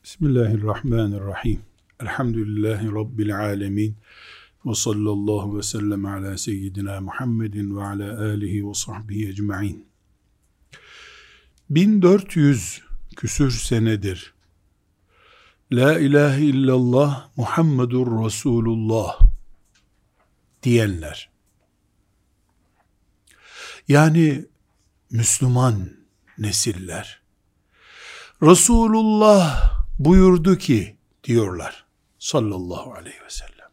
Bismillahirrahmanirrahim. Elhamdülillahi Rabbil alemin. Ve sallallahu ve sellem ala seyyidina Muhammedin ve ala alihi ve sahbihi ecma'in. 1400 küsür senedir La ilahe illallah Muhammedur Resulullah diyenler, yani Müslüman nesiller, Resulullah buyurdu ki diyorlar sallallahu aleyhi ve sellem.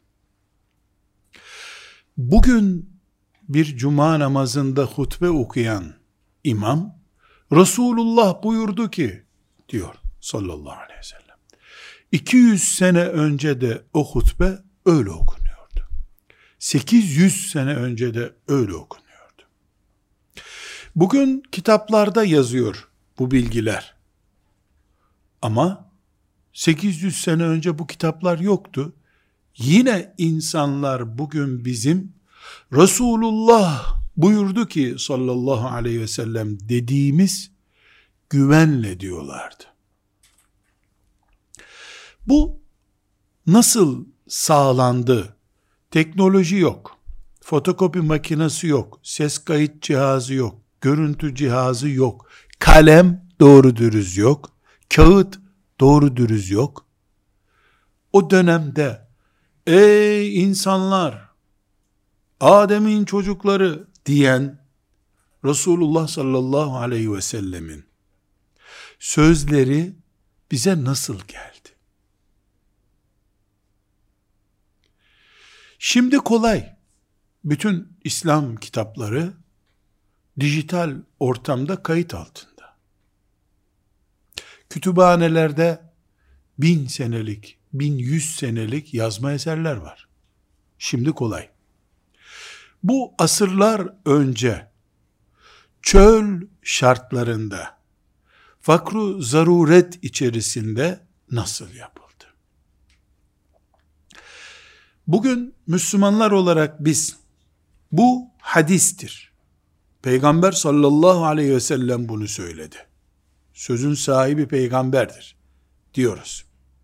Bugün bir cuma namazında hutbe okuyan imam, Resulullah buyurdu ki diyor sallallahu aleyhi ve sellem. 200 sene önce de o hutbe öyle okunuyordu. 800 sene önce de öyle okunuyordu. Bugün kitaplarda yazıyor bu bilgiler. Ama 800 sene önce bu kitaplar yoktu. Yine insanlar bugün bizim Resulullah buyurdu ki sallallahu aleyhi ve sellem dediğimiz güvenle diyorlardı. Bu nasıl sağlandı? Teknoloji yok. Fotokopi makinesi yok. Ses kayıt cihazı yok. Görüntü cihazı yok. Kalem doğru dürüst yok. Kağıt doğru dürüst yok. O dönemde ey insanlar, Adem'in çocukları diyen Resulullah sallallahu aleyhi ve sellemin sözleri bize nasıl geldi? Şimdi kolay. Bütün İslam kitapları dijital ortamda kayıt altında. Kütüphanelerde 1000 senelik, 1100 senelik yazma eserler var. Şimdi kolay. Bu asırlar önce çöl şartlarında, fakru zaruret içerisinde nasıl yapıldı? Bugün Müslümanlar olarak biz, bu hadistir, Peygamber sallallahu aleyhi ve sellem bunu söyledi, sözün sahibi peygamberdir diyoruz.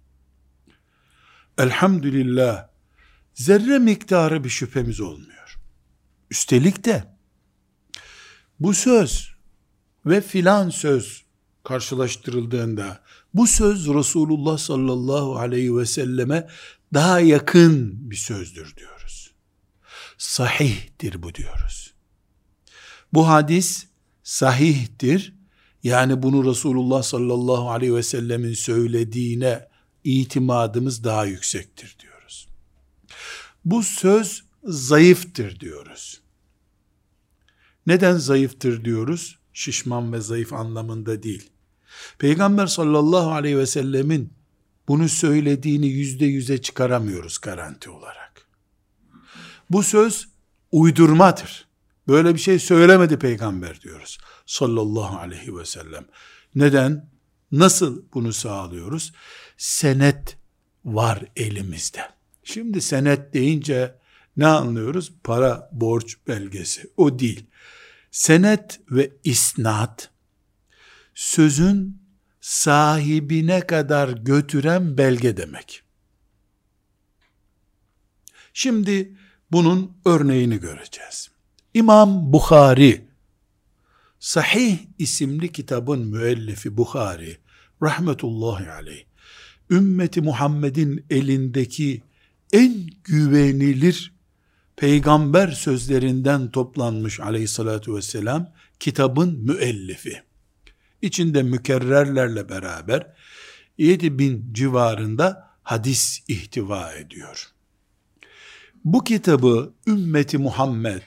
Elhamdülillah, zerre miktarı bir şüphemiz olmuyor. Üstelik de bu söz ve filan söz karşılaştırıldığında bu söz Resulullah sallallahu aleyhi ve selleme daha yakın bir sözdür diyoruz. Sahihtir bu diyoruz. Bu hadis sahihtir. Yani bunu Resulullah sallallahu aleyhi ve sellemin söylediğine itimadımız daha yüksektir diyoruz. Bu söz zayıftır diyoruz. Neden zayıftır diyoruz? Şişman ve zayıf anlamında değil. Peygamber sallallahu aleyhi ve sellemin bunu söylediğini %100'e çıkaramıyoruz garanti olarak. Bu söz uydurmadır. Böyle bir şey söylemedi peygamber diyoruz sallallahu aleyhi ve sellem. Neden? Nasıl bunu sağlıyoruz? Senet var elimizde. Şimdi senet deyince ne anlıyoruz? Para, borç belgesi. O değil. Senet ve isnat, sözün sahibine kadar götüren belge demek. Şimdi bunun örneğini göreceğiz. İmam Bukhari, Sahih isimli kitabın müellifi Bukhari, rahmetullahi aleyh, ümmeti Muhammed'in elindeki en güvenilir peygamber sözlerinden toplanmış aleyhissalatu vesselam kitabın müellifi. İçinde mükerrerlerle beraber 7000 civarında hadis ihtiva ediyor. Bu kitabı ümmeti Muhammed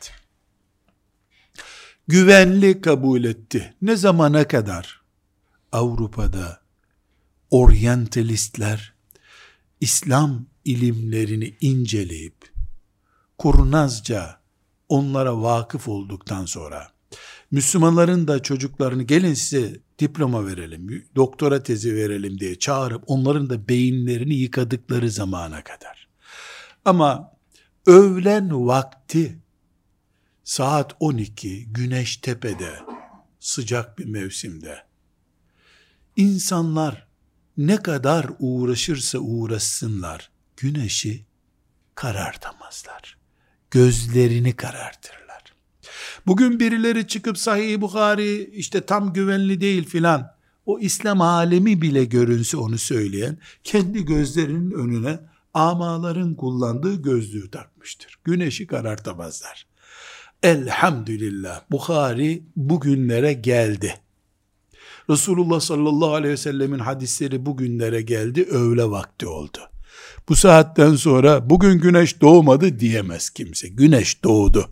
güvenli kabul etti. Ne zamana kadar? Avrupa'da oryantalistler İslam ilimlerini inceleyip kurnazca onlara vakıf olduktan sonra, Müslümanların da çocuklarını gelin size diploma verelim, doktora tezi verelim diye çağırıp onların da beyinlerini yıkadıkları zamana kadar. Ama öğlen vakti saat 12 güneş tepede sıcak bir mevsimde insanlar ne kadar uğraşırsa uğraşsınlar, güneşi karartamazlar. Gözlerini karartırlar. Bugün birileri çıkıp Sahih-i Buhari işte tam güvenli değil filan, o İslam alemi bile görünse onu söyleyen, kendi gözlerinin önüne amaların kullandığı gözlüğü takmıştır. Güneşi karartamazlar. Elhamdülillah Buhari bugünlere geldi. Resulullah sallallahu aleyhi ve sellemin hadisleri bugünlere geldi, öğle vakti oldu. Bu saatten sonra bugün güneş doğmadı diyemez kimse. Güneş doğdu.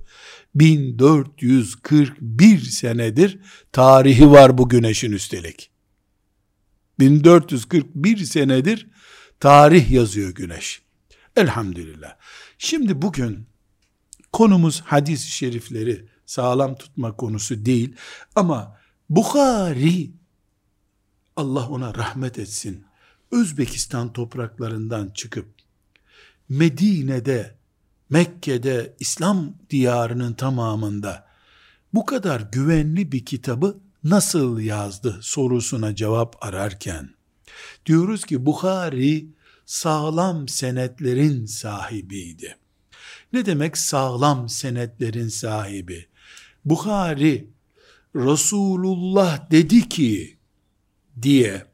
1441 senedir tarihi var bu güneşin üstelik. 1441 senedir tarih yazıyor güneş. Elhamdülillah. Şimdi bugün konumuz hadis-i şerifleri sağlam tutma konusu değil. Ama Buhari, Allah ona rahmet etsin, Özbekistan topraklarından çıkıp Medine'de, Mekke'de, İslam diyarının tamamında bu kadar güvenli bir kitabı nasıl yazdı sorusuna cevap ararken, diyoruz ki Buhari sağlam senetlerin sahibiydi. Ne demek sağlam senetlerin sahibi? Buhari, Resulullah dedi ki diye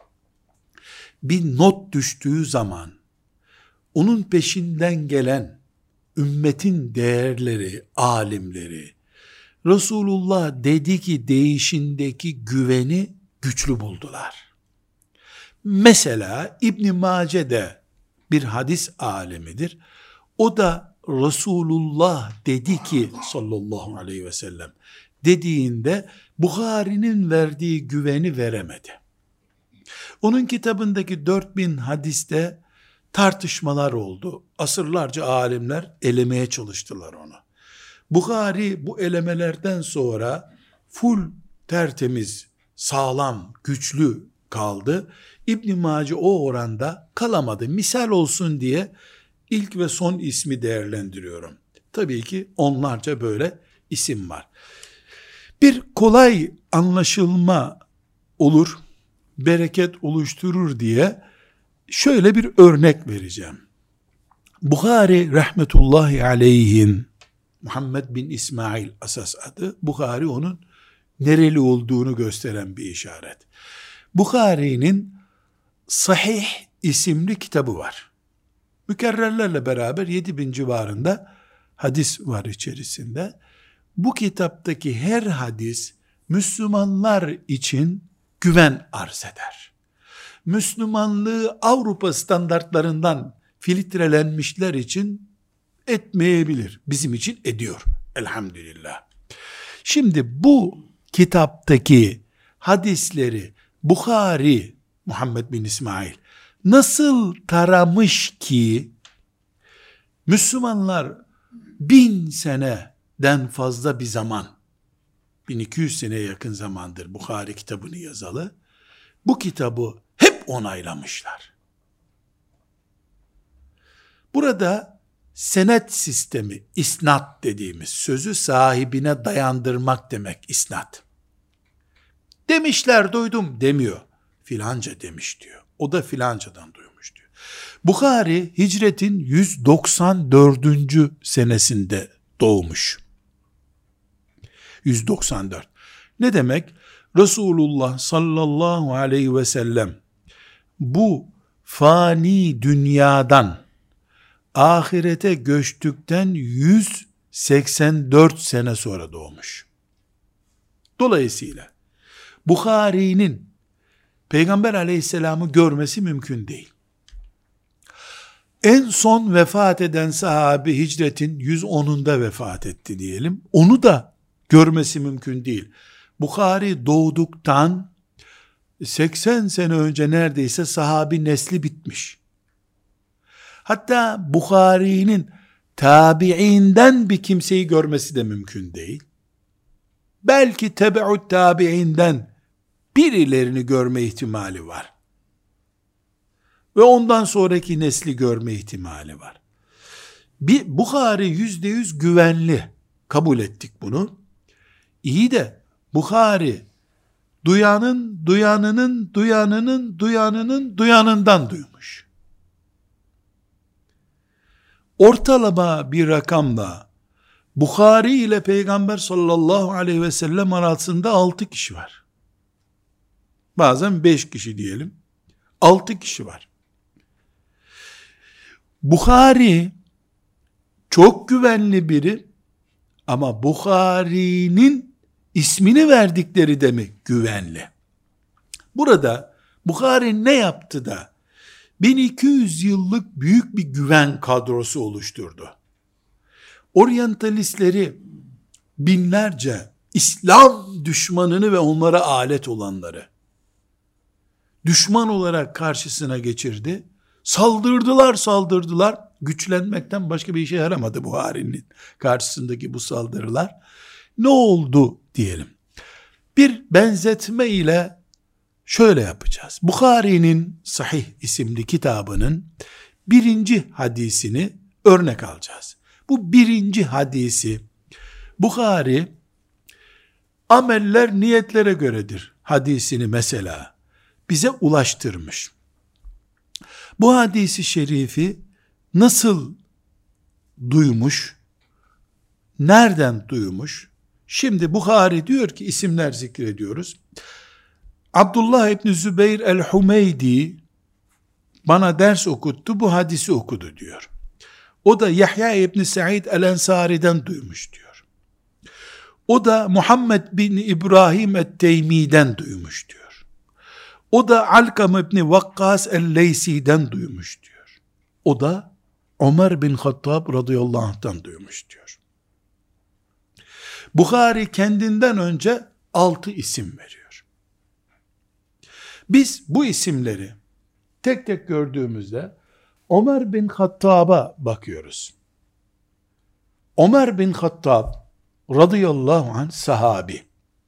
bir not düştüğü zaman, onun peşinden gelen ümmetin değerleri, alimleri, Resulullah dedi ki deyişindeki güveni güçlü buldular. Mesela İbn Mace de bir hadis alemidir. O da Resulullah dedi ki sallallahu aleyhi ve sellem dediğinde Buhari'nin verdiği güveni veremedi. Onun kitabındaki 4000 hadiste tartışmalar oldu. Asırlarca alimler elemeye çalıştılar onu. Buhari bu elemelerden sonra full tertemiz, sağlam, güçlü kaldı. İbn Mace o oranda kalamadı. Misal olsun diye ilk ve son ismi değerlendiriyorum. Tabii ki onlarca böyle isim var. Bir kolay anlaşılma olur, bereket oluşturur diye şöyle bir örnek vereceğim. Buhari rahmetullahi aleyhin, Muhammed bin İsmail asas adı, Buhari onun nereli olduğunu gösteren bir işaret. Buhari'nin Sahih isimli kitabı var. Mükerrerlerle beraber 7000 civarında hadis var içerisinde. Bu kitaptaki her hadis Müslümanlar için güven arz eder. Müslümanlığı Avrupa standartlarından filtrelenmişler için etmeyebilir. Bizim için ediyor. Elhamdülillah. Şimdi bu kitaptaki hadisleri Buhari, Muhammed bin İsmail nasıl taramış ki Müslümanlar 1000 seneden fazla bir zaman, 1200 seneye yakın zamandır Buhari kitabını yazalı, bu kitabı hep onaylamışlar. Burada senet sistemi, isnat dediğimiz, sözü sahibine dayandırmak demek isnat. Demişler duydum demiyor. Filanca demiş diyor. O da filancadan duymuş diyor. Buhari hicretin 194. senesinde doğmuş. 194. Ne demek? Resulullah sallallahu aleyhi ve sellem bu fani dünyadan ahirete göçtükten 184 sene sonra doğmuş. Dolayısıyla Buhari'nin Peygamber aleyhisselamı görmesi mümkün değil. En son vefat eden sahabi hicretin 110'unda vefat etti diyelim. Onu da görmesi mümkün değil. Buhari doğduktan 80 sene önce neredeyse sahabi nesli bitmiş. Hatta Buhari'nin tabi'inden bir kimseyi görmesi de mümkün değil. Belki tebe'ut tabi'inden birilerini görme ihtimali var. Ve ondan sonraki nesli görme ihtimali var. Buhari %100 güvenli. Kabul ettik bunu. İyi de Buhari duyanın, duyanının, duyanının, duyanının, duyanından duymuş. Ortalama bir rakamla Bukhari ile Peygamber sallallahu aleyhi ve sellem arasında 6 kişi var. Bazen 5 kişi diyelim. 6 kişi var. Bukhari çok güvenli biri ama Bukhari'nin ismini verdikleri demek güvenli. Burada Bukhari ne yaptı da 1200 yıllık büyük bir güven kadrosu oluşturdu? Oryantalistleri, binlerce İslam düşmanını ve onlara alet olanları düşman olarak karşısına geçirdi. Saldırdılar. Güçlenmekten başka bir işe yaramadı Buhari'nin karşısındaki bu saldırılar. Ne oldu diyelim. Bir benzetme ile şöyle yapacağız. Bukhari'nin Sahih isimli kitabının 1. hadisini örnek alacağız. Bu 1. hadisi Bukhari ameller niyetlere göredir hadisini mesela bize ulaştırmış. Bu hadisi şerifi nasıl duymuş? Nereden duymuş? Şimdi Bukhari diyor ki, isimler zikrediyoruz. Abdullah İbni Zübeyir el-Humeydi bana ders okuttu, bu hadisi okudu diyor. O da Yahya İbni Sa'id el-Ensari'den duymuş diyor. O da Muhammed bin İbrahim et-Teymi'den duymuş diyor. O da Alkam İbni Vakkas el-Leysi'den duymuş diyor. O da Ömer bin Hattab radıyallahu anh'tan duymuş diyor. Bukhari kendinden önce 6 isim veriyor. Biz bu isimleri tek tek gördüğümüzde Ömer bin Hattab'a bakıyoruz. Ömer bin Hattab radıyallahu anh sahabi.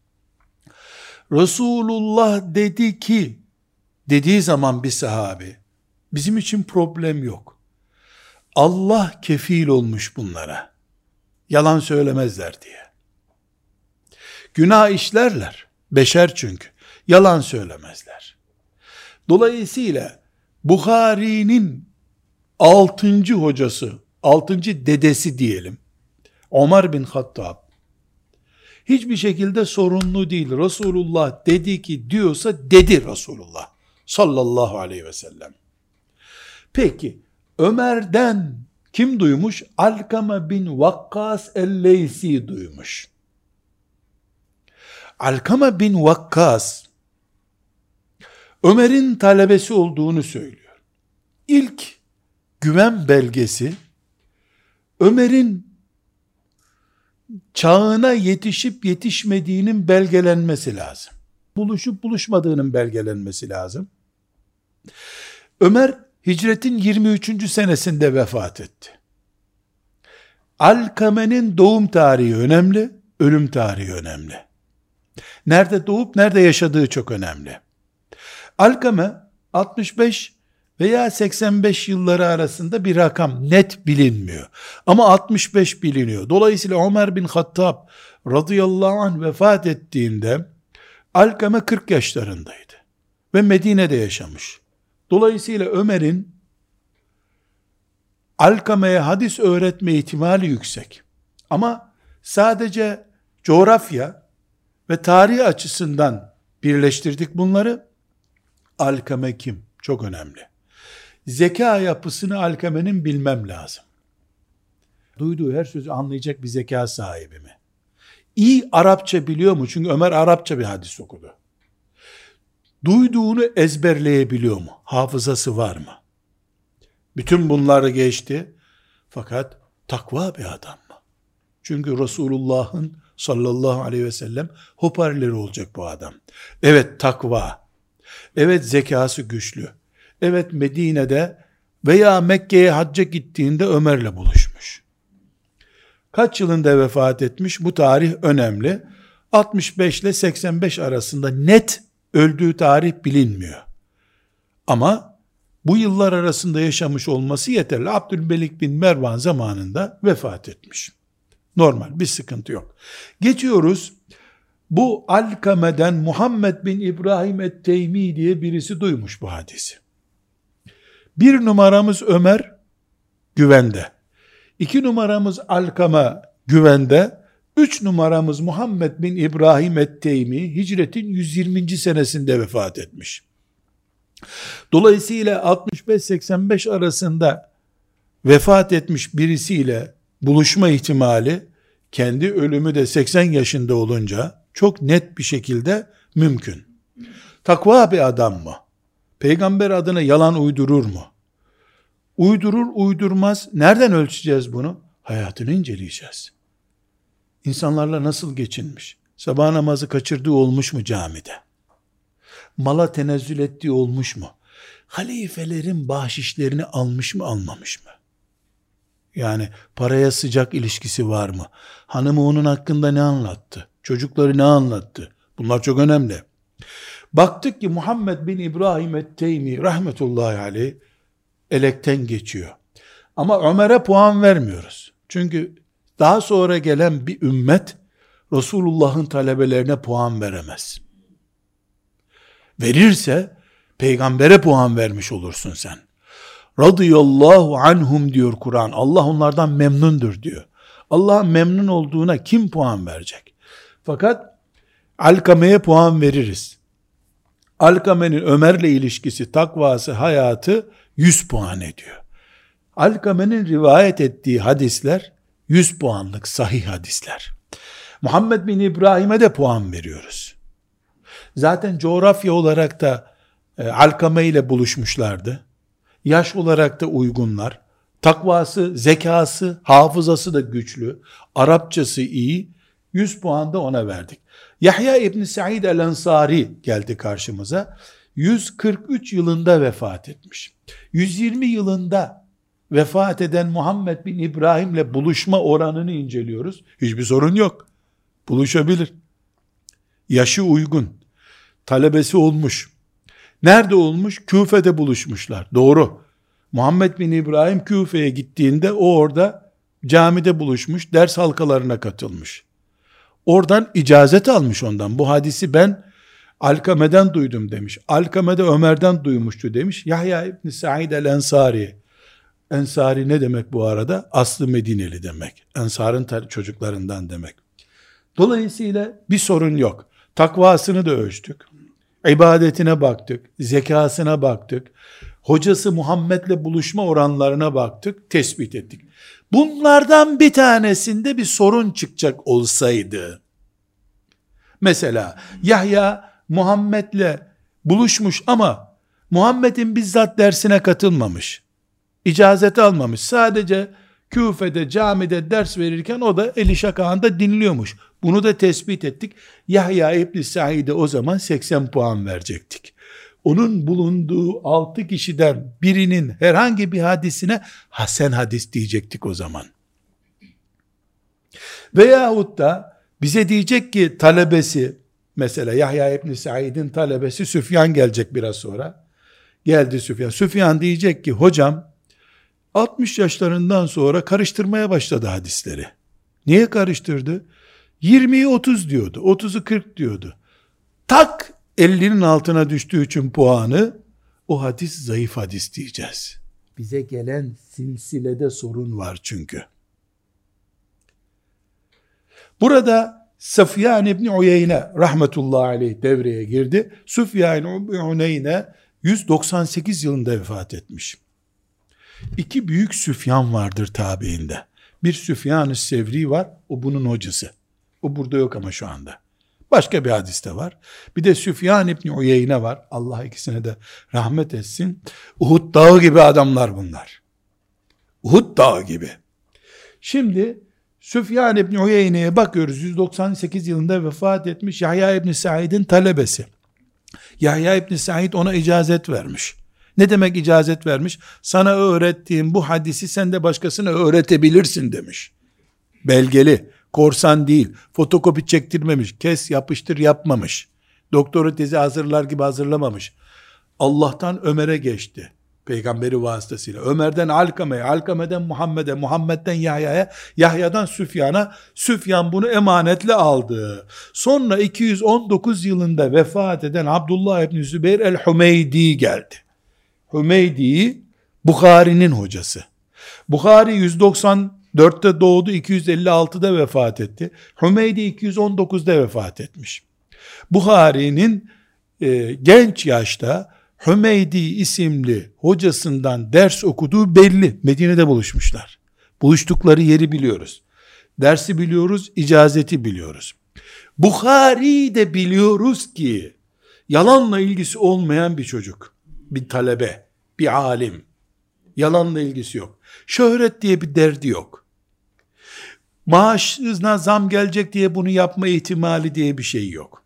Resulullah dedi ki dediği zaman bir sahabi, bizim için problem yok. Allah kefil olmuş bunlara. Yalan söylemezler diye. Günah işlerler. Beşer çünkü. Yalan söylemezler. Dolayısıyla Bukhari'nin 6. hocası, 6. dedesi diyelim, Ömer bin Hattab, hiçbir şekilde sorunlu değil. Resulullah dedi ki diyorsa dedi Resulullah sallallahu aleyhi ve sellem. Peki Ömer'den kim duymuş? Alkama bin Vakkas el-Leysi duymuş. Alkama bin Vakkas Ömer'in talebesi olduğunu söylüyor. İlk güven belgesi Ömer'in çağına yetişip yetişmediğinin belgelenmesi lazım. Buluşup buluşmadığının belgelenmesi lazım. Ömer hicretin 23. senesinde vefat etti. Alkame'nin doğum tarihi önemli, ölüm tarihi önemli. Nerede doğup nerede yaşadığı çok önemli. Alkame 65 veya 85 yılları arasında bir rakam net bilinmiyor. Ama 65 biliniyor. Dolayısıyla Ömer bin Hattab radıyallahu anh vefat ettiğinde Alkame 40 yaşlarındaydı. Ve Medine'de yaşamış. Dolayısıyla Ömer'in Alkame'ye hadis öğretme ihtimali yüksek. Ama sadece coğrafya ve tarih açısından birleştirdik bunları. Alkame kim? Çok önemli. Zeka yapısını Alkame'nin bilmem lazım. Duyduğu her sözü anlayacak bir zeka sahibi mi? İyi Arapça biliyor mu? Çünkü Ömer Arapça bir hadis okudu. Duyduğunu ezberleyebiliyor mu? Hafızası var mı? Bütün bunları geçti. Fakat takva bir adam mı? Çünkü Resulullah'ın sallallahu aleyhi ve sellem hoparlörü olacak bu adam. Evet takva. Evet zekası güçlü. Evet Medine'de veya Mekke'ye hacca gittiğinde Ömer'le buluşmuş. Kaç yılında vefat etmiş? Bu tarih önemli. 65 ile 85 arasında net öldüğü tarih bilinmiyor. Ama bu yıllar arasında yaşamış olması yeterli. Abdülmelik bin Mervan zamanında vefat etmiş. Normal, bir sıkıntı yok. Geçiyoruz Bu Alkame'den Muhammed bin İbrahim et-Teymi diye birisi duymuş bu hadisi. Bir numaramız Ömer güvende. 2 numaramız Alkame güvende. 3 numaramız Muhammed bin İbrahim et-Teymi hicretin 120. senesinde vefat etmiş. Dolayısıyla 65-85 arasında vefat etmiş birisiyle buluşma ihtimali, kendi ölümü de 80 yaşında olunca çok net bir şekilde mümkün. Takva bir adam mı? Peygamber adına yalan uydurur mu? Uydurur uydurmaz. Nereden ölçeceğiz bunu? Hayatını inceleyeceğiz. İnsanlarla nasıl geçinmiş? Sabah namazı kaçırdığı olmuş mu camide? Mala tenezzül ettiği olmuş mu? Halifelerin bahşişlerini almış mı almamış mı? Yani paraya sıcak ilişkisi var mı? Hanımı onun hakkında ne anlattı? Çocukları ne anlattı? Bunlar çok önemli. Baktık ki Muhammed bin İbrahim et-Teymi rahmetullahi aleyh elekten geçiyor. Ama Ömer'e puan vermiyoruz. Çünkü daha sonra gelen bir ümmet Resulullah'ın talebelerine puan veremez. Verirse peygambere puan vermiş olursun sen. Radıyallahu anhum diyor Kur'an. Allah onlardan memnundur diyor. Allah'ın memnun olduğuna kim puan verecek? Fakat Alkame'ye puan veririz. Alkame'nin Ömer'le ilişkisi, takvası, hayatı 100 puan ediyor. Alkame'nin rivayet ettiği hadisler 100 puanlık sahih hadisler. Muhammed bin İbrahim'e de puan veriyoruz. Zaten coğrafya olarak da Alkame ile buluşmuşlardı. Yaş olarak da uygunlar. Takvası, zekası, hafızası da güçlü. Arapçası iyi. 100 puan da ona verdik. Yahya İbni Said el-Ensari geldi karşımıza. 143 yılında vefat etmiş. 120 yılında vefat eden Muhammed bin İbrahim'le buluşma oranını inceliyoruz. Hiçbir sorun yok. Buluşabilir. Yaşı uygun. Talebesi olmuş. Nerede olmuş? Küfe'de buluşmuşlar. Doğru. Muhammed bin İbrahim Küfe'ye gittiğinde o orada camide buluşmuş, ders halkalarına katılmış. Oradan icazet almış ondan. Bu hadisi ben Alkame'den duydum demiş. Alkame'de Ömer'den duymuştu demiş. Yahya İbni Said el-Ensari. Ensari ne demek bu arada? Aslı Medineli demek. Ensar'ın çocuklarından demek. Dolayısıyla bir sorun yok. Takvasını da ölçtük. İbadetine baktık. Zekasına baktık. Hocası Muhammed'le buluşma oranlarına baktık. Tespit ettik. Bunlardan bir tanesinde bir sorun çıkacak olsaydı, mesela Yahya Muhammed'le buluşmuş ama Muhammed'in bizzat dersine katılmamış, icazet almamış, sadece Küfe'de camide ders verirken o da eli şakağında dinliyormuş. Bunu da tespit ettik. Yahya İbni Said'e o zaman 80 puan verecektik. Onun bulunduğu 6 kişiden birinin herhangi bir hadisine hasen hadis diyecektik o zaman. Veyahut da bize diyecek ki talebesi, mesela Yahya İbni Said'in talebesi Süfyan gelecek biraz sonra. Geldi Süfyan. Süfyan diyecek ki hocam 60 yaşlarından sonra karıştırmaya başladı hadisleri. Niye karıştırdı? 20'yi 30 diyordu. 30'u 40 diyordu. Tak 50'nin altına düştüğü için puanı, o hadis zayıf hadis diyeceğiz. Bize gelen silsilede sorun var çünkü. Burada Süfyan İbni Uyeyne rahmetullahi aleyh devreye girdi. Süfyan İbni Uyeyne 198 yılında vefat etmiş. 2 büyük Süfyan vardır tabiinde. Bir Süfyan-ı Sevri var, o bunun hocası. O burada yok ama şu anda. Başka bir hadiste var. Bir de Süfyan İbni Uyeyne var. Allah ikisine de rahmet etsin. Uhud dağı gibi adamlar bunlar. Uhud dağı gibi. Şimdi Süfyan İbni Uyeyne'ye bakıyoruz. 198 yılında vefat etmiş Yahya İbni Said'in talebesi. Yahya İbni Said ona icazet vermiş. Ne demek icazet vermiş? Sana öğrettiğim bu hadisi sen de başkasına öğretebilirsin demiş. Belgeli, korsan değil, fotokopi çektirmemiş, kes yapıştır yapmamış. Doktora tezi hazırlar gibi hazırlamamış. Allah'tan Ömer'e geçti. Peygamberi vasıtasıyla. Ömer'den Alkame'ye, Alkame'den Muhammed'e, Muhammed'den Yahya'ya, Yahya'dan Süfyan'a, Süfyan bunu emanetle aldı. Sonra 219 yılında vefat eden Abdullah İbni Zübeyir el-Hümeydi geldi. Hümeydi, Bukhari'nin hocası. Bukhari 194'te doğdu, 256'da vefat etti. Hümeydi 219'da vefat etmiş. Bukhari'nin genç yaşta Hümeydi isimli hocasından ders okuduğu belli. Medine'de buluşmuşlar. Buluştukları yeri biliyoruz. Dersi biliyoruz, icazeti biliyoruz. Bukhari de biliyoruz ki yalanla ilgisi olmayan bir çocuk, bir talebe, bir alim. Yalanla ilgisi yok. Şöhret diye bir derdi yok. Maaşına zam gelecek diye bunu yapma ihtimali diye bir şey yok.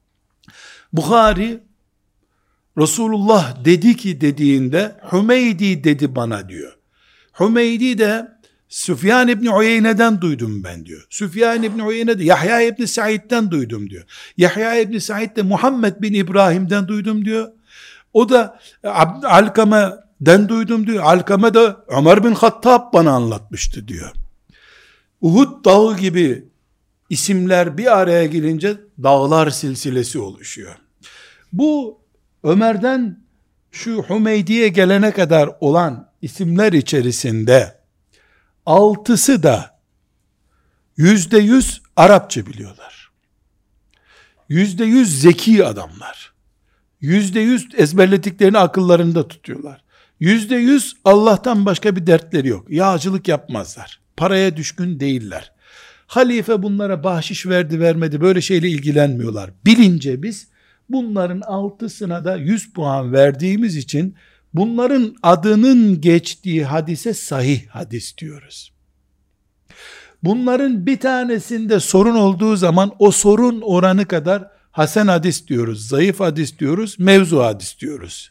Bukhari, Resulullah dedi ki dediğinde Hümeydi dedi bana diyor. Hümeydi de Süfyan İbni Uyeyne'den duydum ben diyor. Süfyan İbni Uyeyne de Yahya İbni Said'den duydum diyor. Yahya İbni Said de Muhammed bin İbrahim'den duydum diyor. O da Alkame'den duydum diyor. Alkame de Ömer bin Hattab bana anlatmıştı diyor. Uhud dağı gibi isimler bir araya gelince dağlar silsilesi oluşuyor. Bu Ömer'den şu Hümeydi'ye gelene kadar olan isimler içerisinde 6'sı da %100 Arapça biliyorlar. %100 zeki adamlar. %100 ezberlediklerini akıllarında tutuyorlar. %100 Allah'tan başka bir dertleri yok. Yağcılık yapmazlar. Paraya düşkün değiller. Halife bunlara bahşiş verdi vermedi böyle şeyle ilgilenmiyorlar. Bilince biz bunların 6'sına da 100 puan verdiğimiz için bunların adının geçtiği hadise sahih hadis diyoruz. Bunların bir tanesinde sorun olduğu zaman o sorun oranı kadar hasen hadis diyoruz, zayıf hadis diyoruz, mevzu hadis diyoruz.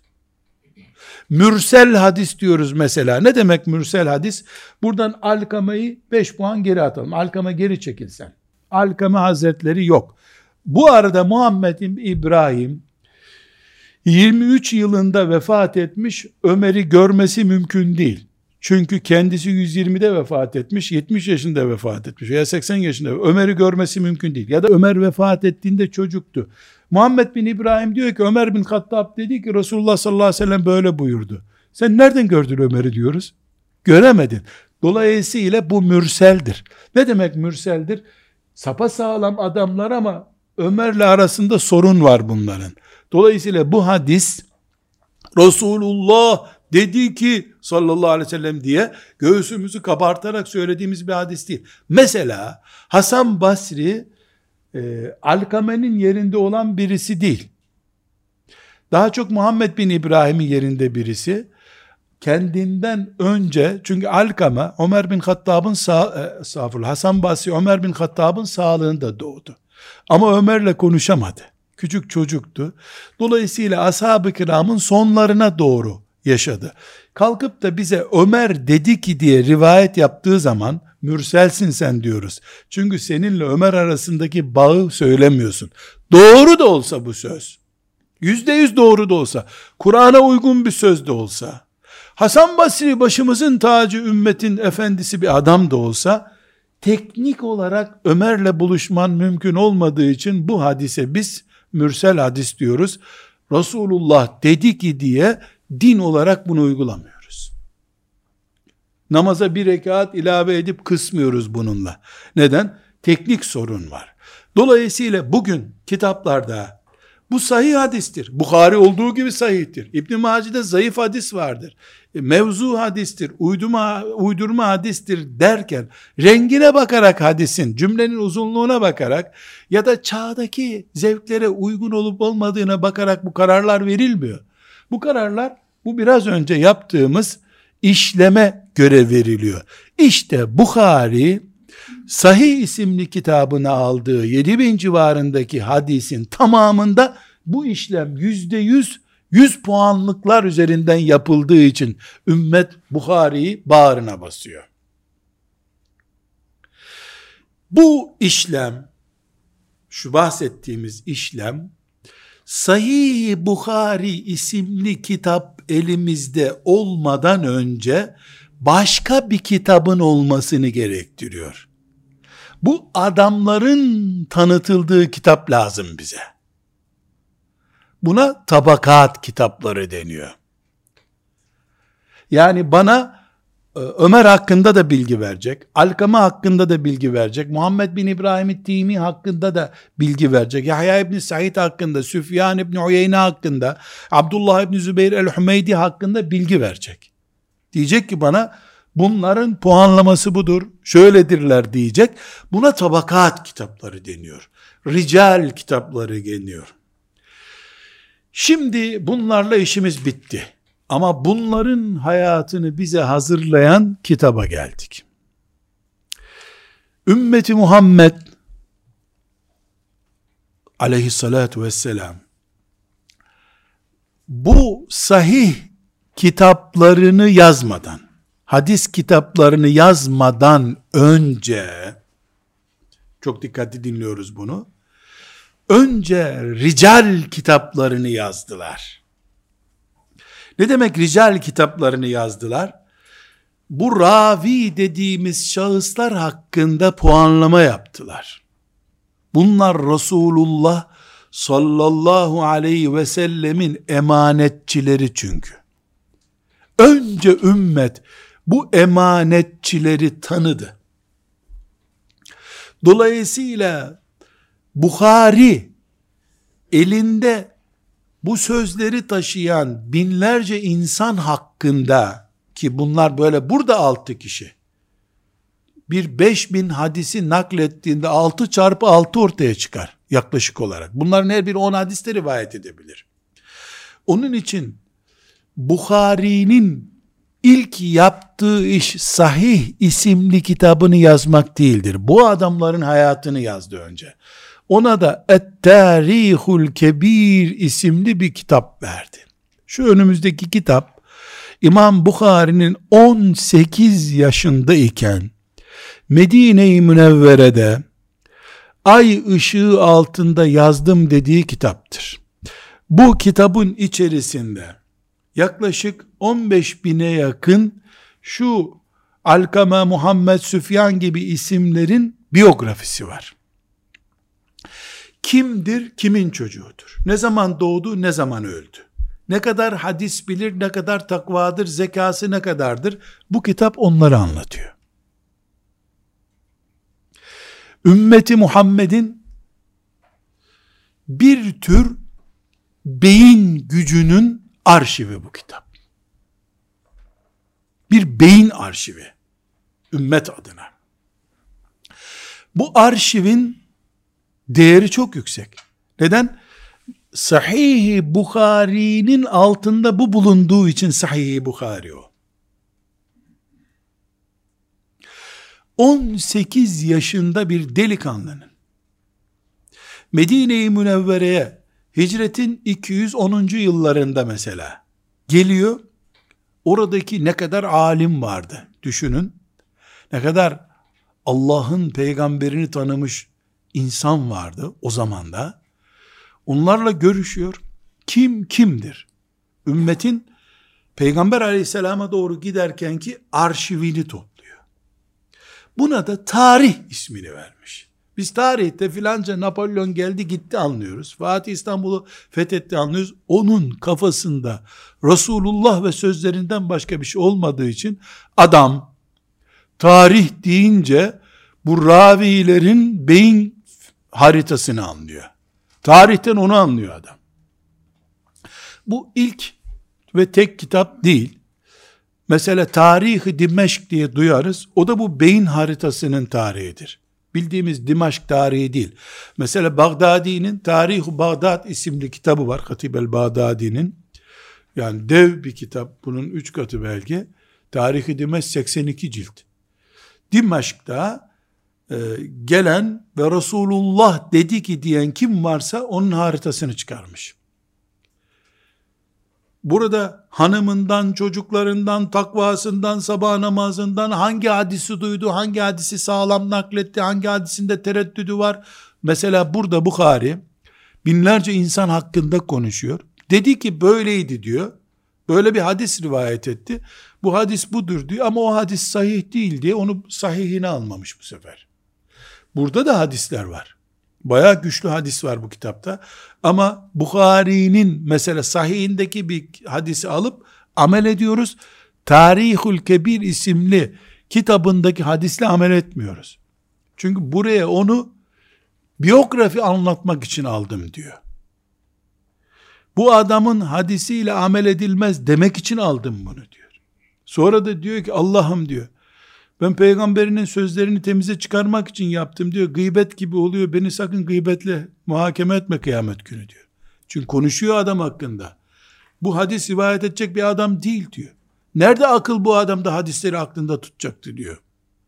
Mürsel hadis diyoruz mesela. Ne demek mürsel hadis? Buradan Alkame'yi 5 puan geri atalım. Alkame geri çekilsen. Alkame Hazretleri yok. Bu arada Muhammed bin İbrahim 23 yılında vefat etmiş, Ömer'i görmesi mümkün değil. Çünkü kendisi 120'de vefat etmiş, 70 yaşında vefat etmiş veya 80 yaşında. Ömer'i görmesi mümkün değil. Ya da Ömer vefat ettiğinde çocuktu. Muhammed bin İbrahim diyor ki Ömer bin Hattab dedi ki Resulullah sallallahu aleyhi ve sellem böyle buyurdu. Sen nereden gördün Ömer'i diyoruz? Göremedin. Dolayısıyla bu mürseldir. Ne demek mürseldir? Sapasağlam adamlar ama Ömer'le arasında sorun var bunların. Dolayısıyla bu hadis Resulullah dedi ki sallallahu aleyhi ve sellem diye göğsümüzü kabartarak söylediğimiz bir hadis değil. Mesela Hasan Basri Alkame'nin yerinde olan birisi değil. Daha çok Muhammed bin İbrahim'in yerinde birisi. Kendinden önce, çünkü Alkame Ömer bin Hattab'ın Hasan Basri Ömer bin Hattab'ın sağlığında doğdu. Ama Ömer'le konuşamadı. Küçük çocuktu. Dolayısıyla ashab-ı kiramın sonlarına doğru yaşadı. Kalkıp da bize Ömer dedi ki diye rivayet yaptığı zaman mürselsin sen diyoruz. Çünkü seninle Ömer arasındaki bağı söylemiyorsun. Doğru da olsa bu söz, %100 doğru da olsa, Kur'an'a uygun bir söz de olsa, Hasan Basri başımızın tacı, ümmetin efendisi bir adam da olsa, teknik olarak Ömer'le buluşman mümkün olmadığı için bu hadise biz mürsel hadis diyoruz. Resulullah dedi ki diye din olarak bunu uygulamıyoruz. Namaza bir rekat ilave edip kısmıyoruz bununla. Neden? Teknik sorun var. Dolayısıyla bugün kitaplarda bu sahih hadistir. Bukhari olduğu gibi sahihtir. İbn-i Mace'de zayıf hadis vardır. Mevzu hadistir, uydurma hadistir derken rengine bakarak hadisin, cümlenin uzunluğuna bakarak ya da çağdaki zevklere uygun olup olmadığına bakarak bu kararlar verilmiyor. Bu kararlar bu biraz önce yaptığımız işleme göre veriliyor. İşte Bukhari Sahih isimli kitabına aldığı 7000 civarındaki hadisin tamamında bu işlem %100 100 puanlıklar üzerinden yapıldığı için ümmet Bukhari'yi bağrına basıyor. Bu işlem, şu bahsettiğimiz işlem Sahih Buhari isimli kitap elimizde olmadan önce başka bir kitabın olmasını gerektiriyor. Bu adamların tanıtıldığı kitap lazım bize. Buna tabakat kitapları deniyor. Yani bana Ömer hakkında da bilgi verecek, Alkama hakkında da bilgi verecek, Muhammed bin İbrahim Timi hakkında da bilgi verecek, Yahya İbni Said hakkında, Süfyan İbni Uyeyne hakkında, Abdullah İbni Zübeyir el-Hümeydi hakkında bilgi verecek. Diyecek ki bana bunların puanlaması budur, şöyledirler diyecek. Buna tabakat kitapları deniyor. Rical kitapları deniyor. Şimdi bunlarla işimiz bitti. Ama bunların hayatını bize hazırlayan kitaba geldik. Ümmeti Muhammed aleyhissalatu vesselam bu sahih kitaplarını yazmadan, hadis kitaplarını yazmadan önce, çok dikkatli dinliyoruz bunu, önce rical kitaplarını yazdılar. Ne demek rical kitaplarını yazdılar? Bu ravi dediğimiz şahıslar hakkında puanlama yaptılar. Bunlar Resulullah sallallahu aleyhi ve sellemin emanetçileri çünkü. Önce ümmet bu emanetçileri tanıdı. Dolayısıyla Buhari elinde bu sözleri taşıyan binlerce insan hakkında, ki bunlar böyle burada 6 kişi, bir 5000 hadisi naklettiğinde 6 çarpı 6 ortaya çıkar yaklaşık olarak. Bunların her biri 10 hadiste rivayet edebilir. Onun için Buhari'nin ilk yaptığı iş Sahih isimli kitabını yazmak değildir. Bu adamların hayatını yazdı önce. Ona da Et-Tarihul Kebir isimli bir kitap verdi. Şu önümüzdeki kitap İmam Buhari'nin 18 yaşındayken Medine-i Münevvere'de ay ışığı altında yazdım dediği kitaptır. Bu kitabın içerisinde yaklaşık 15.000'e yakın şu Alkama, Muhammed, Süfyan gibi isimlerin biyografisi var. Kimdir, kimin çocuğudur? Ne zaman doğdu, ne zaman öldü? Ne kadar hadis bilir, ne kadar takvadır, zekası ne kadardır? Bu kitap onları anlatıyor. Ümmeti Muhammed'in bir tür beyin gücünün arşivi bu kitap. Bir beyin arşivi. Ümmet adına. Bu arşivin değeri çok yüksek. Neden? Sahih-i Buhari'nin altında bu bulunduğu için Sahih-i Buhari o. 18 yaşında bir delikanlının Medine-i Münevvere'ye hicretin 210. yıllarında mesela geliyor. Oradaki ne kadar alim vardı düşünün. Ne kadar Allah'ın peygamberini tanımış insan vardı o zaman da. Onlarla görüşüyor. Kim kimdir? Ümmetin Peygamber aleyhisselama doğru giderkenki arşivini topluyor. Buna da tarih ismini vermiş. Biz tarihte filanca Napolyon geldi gitti anlıyoruz. Fatih İstanbul'u fethetti anlıyoruz. Onun kafasında Resulullah ve sözlerinden başka bir şey olmadığı için adam tarih deyince bu ravilerin beyin haritasını anlıyor. Tarihten onu anlıyor adam. Bu ilk ve tek kitap değil. Mesela Tarih-i Dimeşk diye duyarız. O da bu beyin haritasının tarihidir. Bildiğimiz Dimeşk tarihi değil. Mesela Bağdadi'nin Tarih-i Bağdad isimli kitabı var. Hatib el-Bağdadi'nin. Yani dev bir kitap. Bunun 3 katı belki. Tarih-i Dimeşk 82 cilt. Dimeşk'ta gelen ve Resulullah dedi ki diyen kim varsa onun haritasını çıkarmış. Burada hanımından, çocuklarından, takvasından, sabah namazından hangi hadisi duydu, hangi hadisi sağlam nakletti, hangi hadisinde tereddüdü var. Mesela burada Bukhari Binlerce insan hakkında konuşuyor. Dedi ki böyleydi diyor. Böyle bir hadis rivayet etti. Bu hadis budur diyor ama o hadis sahih değil diye onu sahihine almamış bu sefer. Burada da hadisler var. Bayağı güçlü hadis var bu kitapta. Ama Bukhari'nin mesela sahihindeki bir hadisi alıp amel ediyoruz. Tarihul Kebir isimli kitabındaki hadisle amel etmiyoruz. Çünkü buraya onu biyografi anlatmak için aldım diyor. Bu adamın hadisiyle amel edilmez demek için aldım bunu diyor. Sonra da diyor ki Allah'ım diyor, ben peygamberinin sözlerini temize çıkarmak için yaptım diyor. Gıybet gibi oluyor. Beni sakın gıybetle muhakeme etme kıyamet günü diyor. Çünkü konuşuyor adam hakkında. Bu hadis rivayet edecek bir adam değil diyor. Nerede akıl bu adamda hadisleri aklında tutacaktı diyor.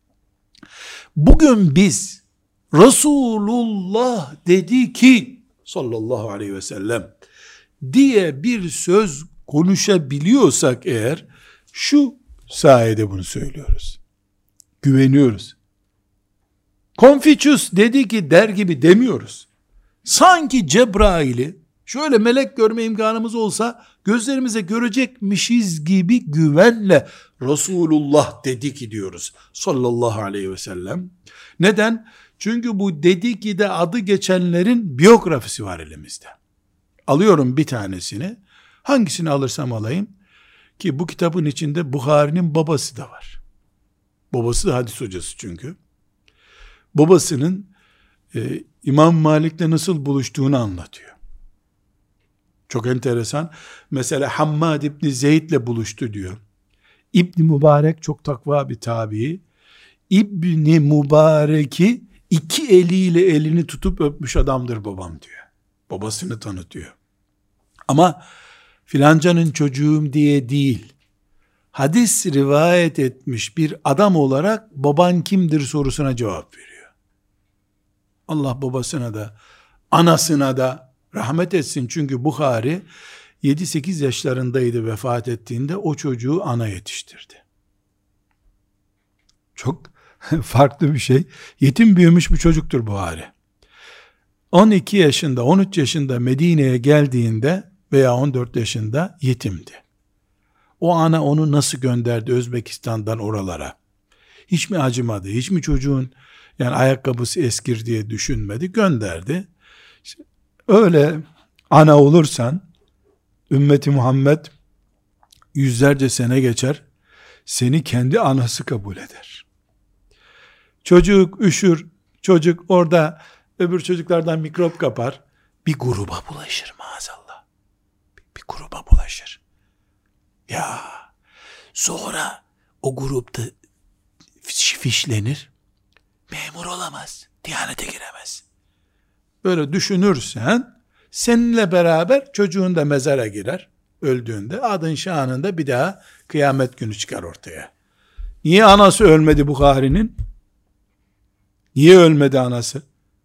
Bugün biz Resulullah dedi ki sallallahu aleyhi ve sellem diye bir söz konuşabiliyorsak eğer şu sayede bunu söylüyoruz. Güveniyoruz. Confucius dedi ki der gibi demiyoruz. Sanki Cebrail'i şöyle melek görme imkanımız olsa gözlerimize görecekmişiz gibi güvenle Resulullah dedi ki diyoruz sallallahu aleyhi ve sellem. Neden? Çünkü bu dedi ki de adı geçenlerin biyografisi var elimizde. Alıyorum bir tanesini. Hangisini alırsam alayım ki bu kitabın içinde Bukhari'nin babası da var. Babası da hadis hocası çünkü. Babasının İmam Malik'le nasıl buluştuğunu anlatıyor. Çok enteresan. Mesela Hammad İbni Zeyd'le buluştu diyor. İbni Mübarek çok takva bir tabii. İbni Mübarek'i iki eliyle elini tutup öpmüş adamdır babam diyor. Babasını tanıtıyor. Ama filancanın çocuğum diye değil, hadis rivayet etmiş bir adam olarak baban kimdir sorusuna cevap veriyor. Allah babasına da anasına da rahmet etsin. Çünkü Bukhari 7-8 yaşlarındaydı vefat ettiğinde, o çocuğu ana yetiştirdi. Çok farklı bir şey. Yetim büyümüş bir çocuktur Bukhari. 12 yaşında, 13 yaşında Medine'ye geldiğinde veya 14 yaşında yetimdi. O ana onu nasıl gönderdi Özbekistan'dan oralara? Hiç mi acımadı? Hiç mi çocuğun yani ayakkabısı eskir diye düşünmedi? Gönderdi. İşte öyle ana olursan ümmeti Muhammed yüzlerce sene geçer, seni kendi anası kabul eder. Çocuk üşür, çocuk orada öbür çocuklardan mikrop kapar, bir gruba bulaşır maazallah. Bir gruba bulaşır. Ya sonra o grupta fişlenir, memur olamaz, Diyanete giremez. Böyle düşünürsen seninle beraber çocuğun da mezara girer. Öldüğünde adın şanında bir daha kıyamet günü çıkar ortaya. Niye anası ölmedi Bukhari'nin? Niye ölmedi anası?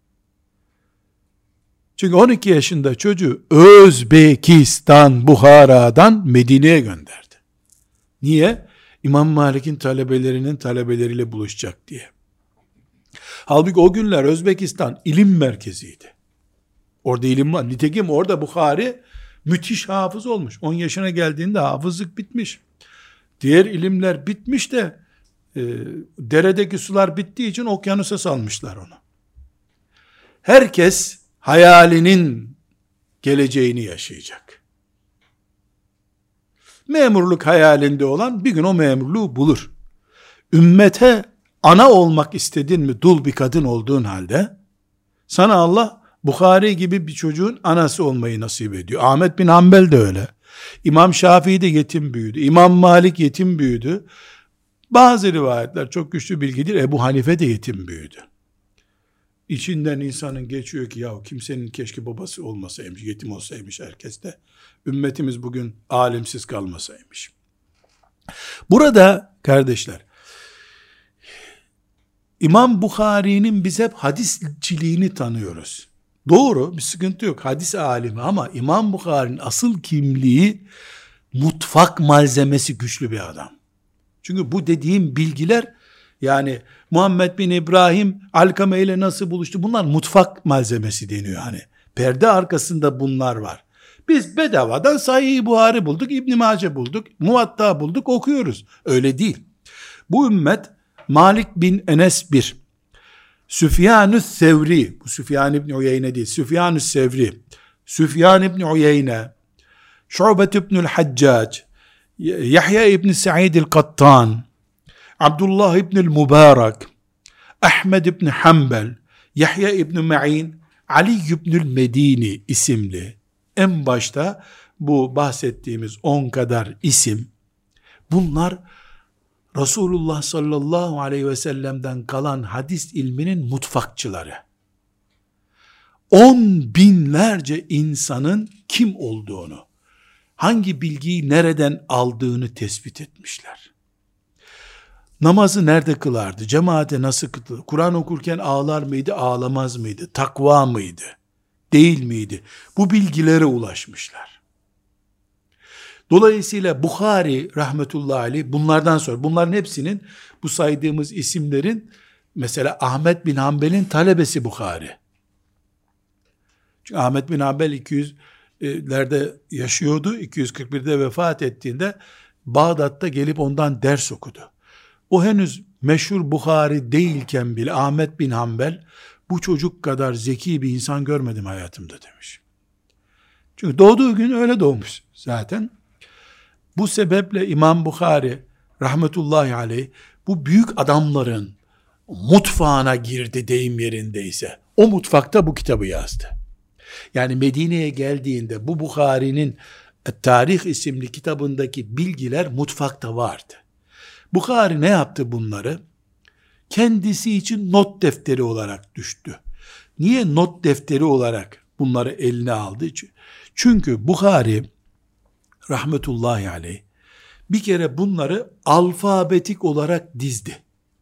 Çünkü 12 yaşında çocuğu Özbekistan, Bukhara'dan Medine'ye gönderdi. Niye? İmam Malik'in talebelerinin talebeleriyle buluşacak diye. Halbuki o günler Özbekistan ilim merkeziydi. Orada ilim var. Nitekim orada Bukhari müthiş hafız olmuş. 10 yaşına geldiğinde hafızlık bitmiş. Diğer ilimler bitmiş de deredeki sular bittiği için okyanusa salmışlar onu. Herkes hayalinin geleceğini yaşayacak. Memurluk hayalinde olan bir gün o memurluğu bulur. Ümmete ana olmak istedin mi, dul bir kadın olduğun halde, sana Allah Bukhari gibi bir çocuğun anası olmayı nasip ediyor. Ahmet bin Hanbel de öyle. İmam Şafii de yetim büyüdü. İmam Malik yetim büyüdü. Bazı rivayetler çok güçlü bilgidir. Ebu Hanife de yetim büyüdü. İçinden insanın geçiyor ki ya kimsenin keşke babası olmasaymış, yetim olsaymış herkes de. Ümmetimiz bugün alimsiz kalmasaymış. Burada kardeşler, İmam Bukhari'nin biz hep hadisçiliğini tanıyoruz. Doğru, bir sıkıntı yok. Hadis alimi ama İmam Bukhari'nin asıl kimliği mutfak malzemesi güçlü bir adam. Çünkü bu dediğim bilgiler yani Muhammed bin İbrahim Alkame ile nasıl buluştu? Bunlar mutfak malzemesi deniyor hani. Perde arkasında bunlar var. Biz bedavadan Sahih-i Buhari bulduk, İbn Mace bulduk, Muvatta bulduk, okuyoruz. Öyle değil. Bu ümmet Malik bin Enes bir, Süfyan-ı Sevri, bu Süfyan İbni Uyeyne değil, Süfyan-ı Sevri, Süfyan İbni Uyeyne, Şu'bet İbnül Haccac, Yahya İbni Sa'id el-Kattan, Abdullah İbnül Mübarek, Ahmed İbni Hanbel, Yahya İbni Ma'in, Ali İbnül Medini isimli, en başta bu bahsettiğimiz 10 kadar isim, bunlar Resulullah sallallahu aleyhi ve sellem'den kalan hadis ilminin mutfakçıları. 10 binlerce insanın kim olduğunu, hangi bilgiyi nereden aldığını tespit etmişler. Namazı nerede kılardı? Cemaate nasıl kıldı? Kur'an okurken ağlar mıydı, ağlamaz mıydı? Takva mıydı? Değil miydi? Bu bilgilere ulaşmışlar. Dolayısıyla Bukhari rahmetullahi aleyh bunlardan sonra, bunların hepsinin, bu saydığımız isimlerin, mesela Ahmet bin Hanbel'in talebesi Bukhari. Çünkü Ahmet bin Hanbel 200'lerde yaşıyordu, 241'de vefat ettiğinde Bağdat'ta gelip ondan ders okudu. O henüz meşhur Bukhari değilken bile Ahmet bin Hanbel, bu çocuk kadar zeki bir insan görmedim hayatımda demiş. Çünkü doğduğu gün öyle doğmuş zaten. Bu sebeple İmam Bukhari rahmetullahi aleyh bu büyük adamların mutfağına girdi deyim yerindeyse. O mutfakta bu kitabı yazdı. Yani Medine'ye geldiğinde bu Bukhari'nin Tarih isimli kitabındaki bilgiler mutfakta vardı. Bukhari ne yaptı bunları? Kendisi için not defteri olarak düştü. Niye not defteri olarak bunları eline aldı? Çünkü Bukhari rahmetullahi aleyh bir kere bunları alfabetik olarak dizdi.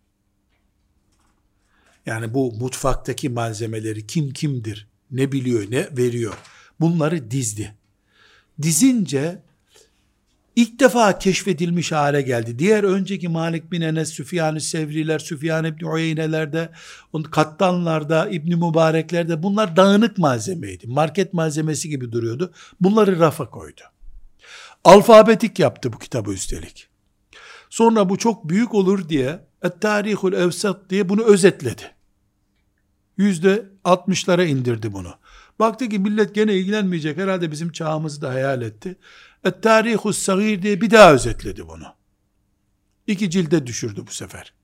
Yani bu mutfaktaki malzemeleri kim kimdir, ne biliyor, ne veriyor, bunları dizdi. Dizince ilk defa keşfedilmiş hale geldi. Diğer önceki Malik bin Enes, Süfyan-ı Sevriler, Süfyan İbni Uyeyne'lerde, Kattanlarda, İbni Mübarekler'de bunlar dağınık malzemeydi. Market malzemesi gibi duruyordu. Bunları rafa koydu. Alfabetik yaptı bu kitabı üstelik. Sonra bu çok büyük olur diye Et-Tarihul Evsat diye bunu özetledi. %60'lara indirdi bunu. Baktı ki millet gene ilgilenmeyecek, herhalde bizim çağımızı da hayal etti. Et-Tarihus Sagir diye bir daha özetledi bunu. 2 cilde düşürdü bu sefer.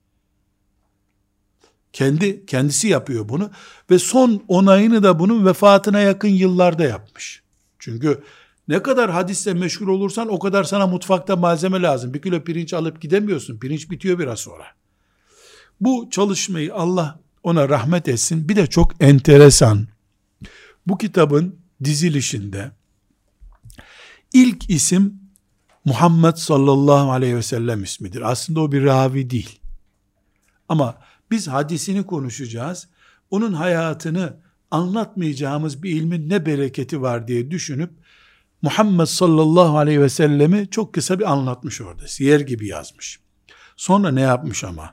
Kendisi yapıyor bunu ve son onayını da bunun vefatına yakın yıllarda yapmış. Çünkü ne kadar hadisle meşgul olursan o kadar sana mutfakta malzeme lazım. 1 kilo pirinç alıp gidemiyorsun. Pirinç bitiyor biraz sonra. Bu çalışmayı Allah ona rahmet etsin. Bir de çok enteresan. Bu kitabın dizilişinde ilk isim Muhammed sallallahu aleyhi ve sellem ismidir. Aslında o bir ravi değil. Ama biz hadisini konuşacağız. Onun hayatını anlatmayacağımız bir ilmin ne bereketi var diye düşünüp Muhammed sallallahu aleyhi ve sellemi çok kısa bir anlatmış orada. Siyer gibi yazmış. Sonra ne yapmış ama?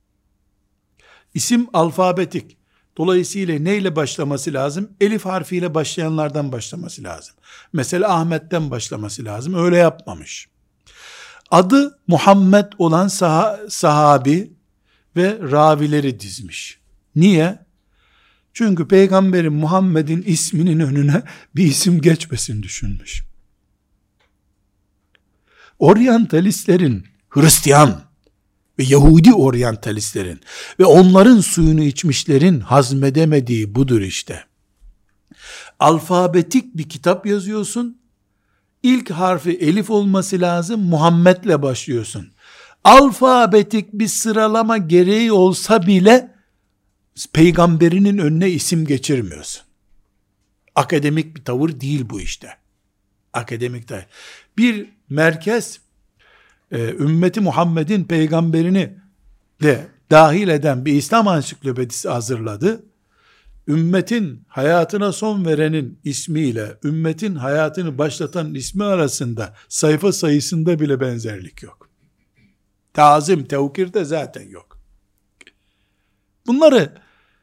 İsim alfabetik. Dolayısıyla neyle başlaması lazım? Elif harfiyle başlayanlardan başlaması lazım. Mesela Ahmet'ten başlaması lazım. Öyle yapmamış. Adı Muhammed olan sahabi ve ravileri dizmiş. Niye? Çünkü Peygamberin Muhammed'in isminin önüne bir isim geçmesin düşünmüş. Oryantalistlerin, Hristiyan ve Yahudi oryantalistlerin ve onların suyunu içmişlerin hazmedemediği budur işte. Alfabetik bir kitap yazıyorsun, ilk harfi elif olması lazım, Muhammed'le başlıyorsun. Alfabetik bir sıralama gereği olsa bile peygamberinin önüne isim geçirmiyorsun. Akademik bir tavır değil bu işte. Akademik tavır. Bir merkez ümmeti Muhammed'in peygamberini de dahil eden bir İslam ansiklopedisi hazırladı. Ümmetin hayatına son verenin ismiyle ümmetin hayatını başlatan ismi arasında sayfa sayısında bile benzerlik yok. Tazim, tevkir de zaten yok. Bunları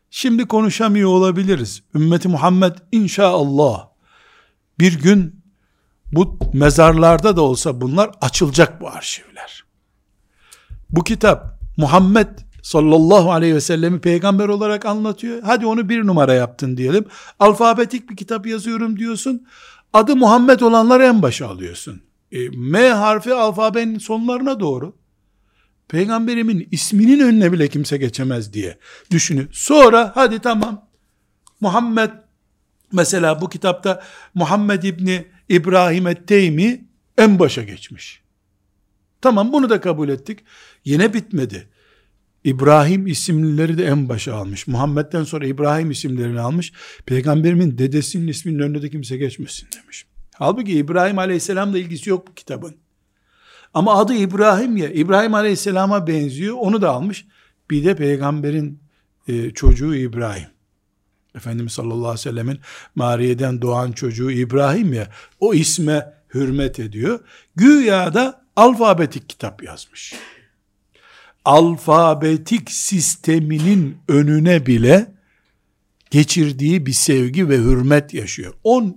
Şimdi konuşamıyor olabiliriz. Ümmeti Muhammed inşallah bir gün bu mezarlarda da olsa bunlar açılacak, bu arşivler. Bu kitap Muhammed sallallahu aleyhi ve sellemi peygamber olarak anlatıyor. Hadi onu bir numara yaptın diyelim. Alfabetik bir kitap yazıyorum diyorsun. Adı Muhammed olanları en başa alıyorsun. M harfi alfabenin sonlarına doğru. Peygamberimin isminin önüne bile kimse geçemez diye düşünün. Sonra hadi tamam, Muhammed, mesela bu kitapta Muhammed İbni İbrahim et-Teymi en başa geçmiş. Tamam, bunu da kabul ettik. Yine bitmedi. İbrahim isimlileri de en başa almış. Muhammed'den sonra İbrahim isimlerini almış. Peygamberimin dedesinin isminin önüne de kimse geçmesin demiş. Halbuki İbrahim Aleyhisselam'la ilgisi yok bu kitabın. Ama adı İbrahim ya, İbrahim Aleyhisselam'a benziyor, onu da almış. Bir de peygamberin çocuğu İbrahim. Efendimiz sallallahu aleyhi ve sellemin Mariye'den doğan çocuğu İbrahim ya, o isme hürmet ediyor. Güya da alfabetik kitap yazmış. Alfabetik sisteminin önüne bile geçirdiği bir sevgi ve hürmet yaşıyor.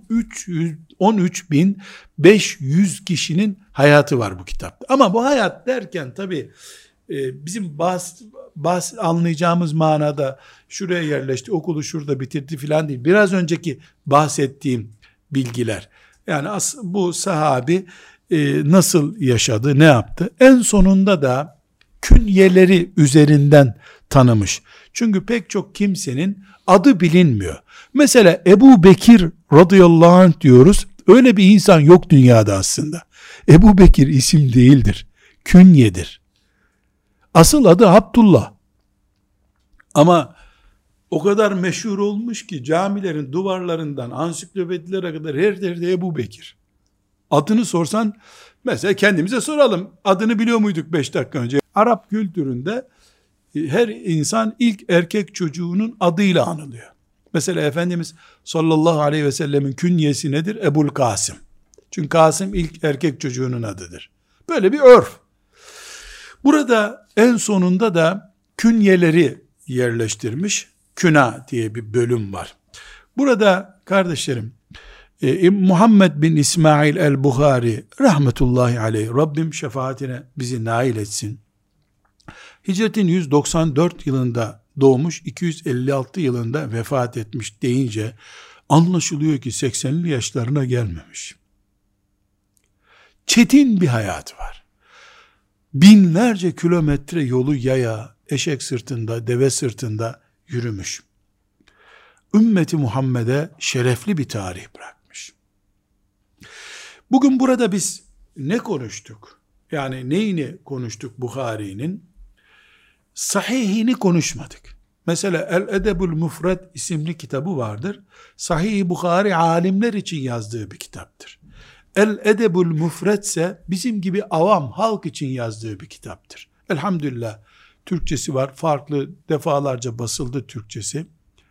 13.500 kişinin hayatı var bu kitapta. Ama bu hayat derken tabii bizim anlayacağımız manada şuraya yerleşti, okulu şurada bitirdi filan değil. Biraz önceki bahsettiğim bilgiler. Yani bu sahabi nasıl yaşadı, ne yaptı? En sonunda da künyeleri üzerinden tanımış. Çünkü pek çok kimsenin adı bilinmiyor. Mesela Ebu Bekir radıyallahu anh diyoruz. Öyle bir insan yok dünyada aslında. Ebu Bekir isim değildir. Künyedir. Asıl adı Abdullah. Ama o kadar meşhur olmuş ki camilerin duvarlarından ansiklopedilere kadar her yerde Ebu Bekir. Adını sorsan, mesela kendimize soralım. Adını biliyor muyduk 5 dakika önce? Arap kültüründe her insan ilk erkek çocuğunun adıyla anılıyor. Mesela Efendimiz sallallahu aleyhi ve sellemin künyesi nedir? Ebul Kasım. Çünkü Kasım ilk erkek çocuğunun adıdır. Böyle bir örf. Burada en sonunda da künyeleri yerleştirmiş. Küna diye bir bölüm var. Burada kardeşlerim, Muhammed bin İsmail el-Bukhari rahmetullahi aleyh, Rabbim şefaatine bizi nail etsin. Hicretin 194 yılında doğmuş, 256 yılında vefat etmiş deyince anlaşılıyor ki 80'li yaşlarına gelmemiş. Çetin bir hayatı var. Binlerce kilometre yolu yaya, eşek sırtında, deve sırtında yürümüş. Ümmeti Muhammed'e şerefli bir tarih bırakmış. Bugün burada biz ne konuştuk? Yani neyini konuştuk Bukhari'nin? Sahihini konuşmadık. Mesela El-Edebul Mufred isimli kitabı vardır. Sahih-i Bukhari alimler için yazdığı bir kitaptır. El-Edebul Mufred ise bizim gibi avam halk için yazdığı bir kitaptır. Elhamdülillah Türkçesi var. Farklı defalarca basıldı Türkçesi.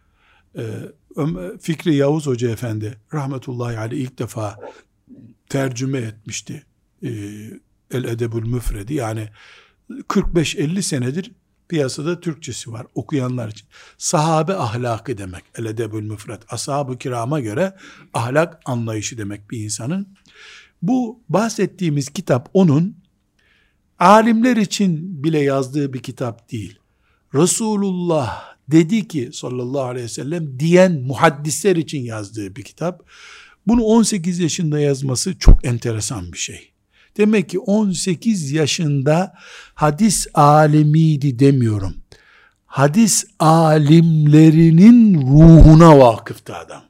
Fikri Yavuz Hoca Efendi rahmetullahi aleyh ilk defa tercüme etmişti El-Edebul Müfred'i. Yani 45-50 senedir piyasada Türkçesi var okuyanlar için. Sahabe ahlakı demek El-Edebul Müfred. Ashab-ı kirama göre ahlak anlayışı demek bir insanın. Bu bahsettiğimiz kitap onun alimler için bile yazdığı bir kitap değil. Resulullah dedi ki sallallahu aleyhi ve sellem diyen muhaddisler için yazdığı bir kitap. Bunu 18 yaşında yazması çok enteresan bir şey. Demek ki 18 yaşında hadis alimiydi demiyorum. Hadis alimlerinin ruhuna vakıftı adam.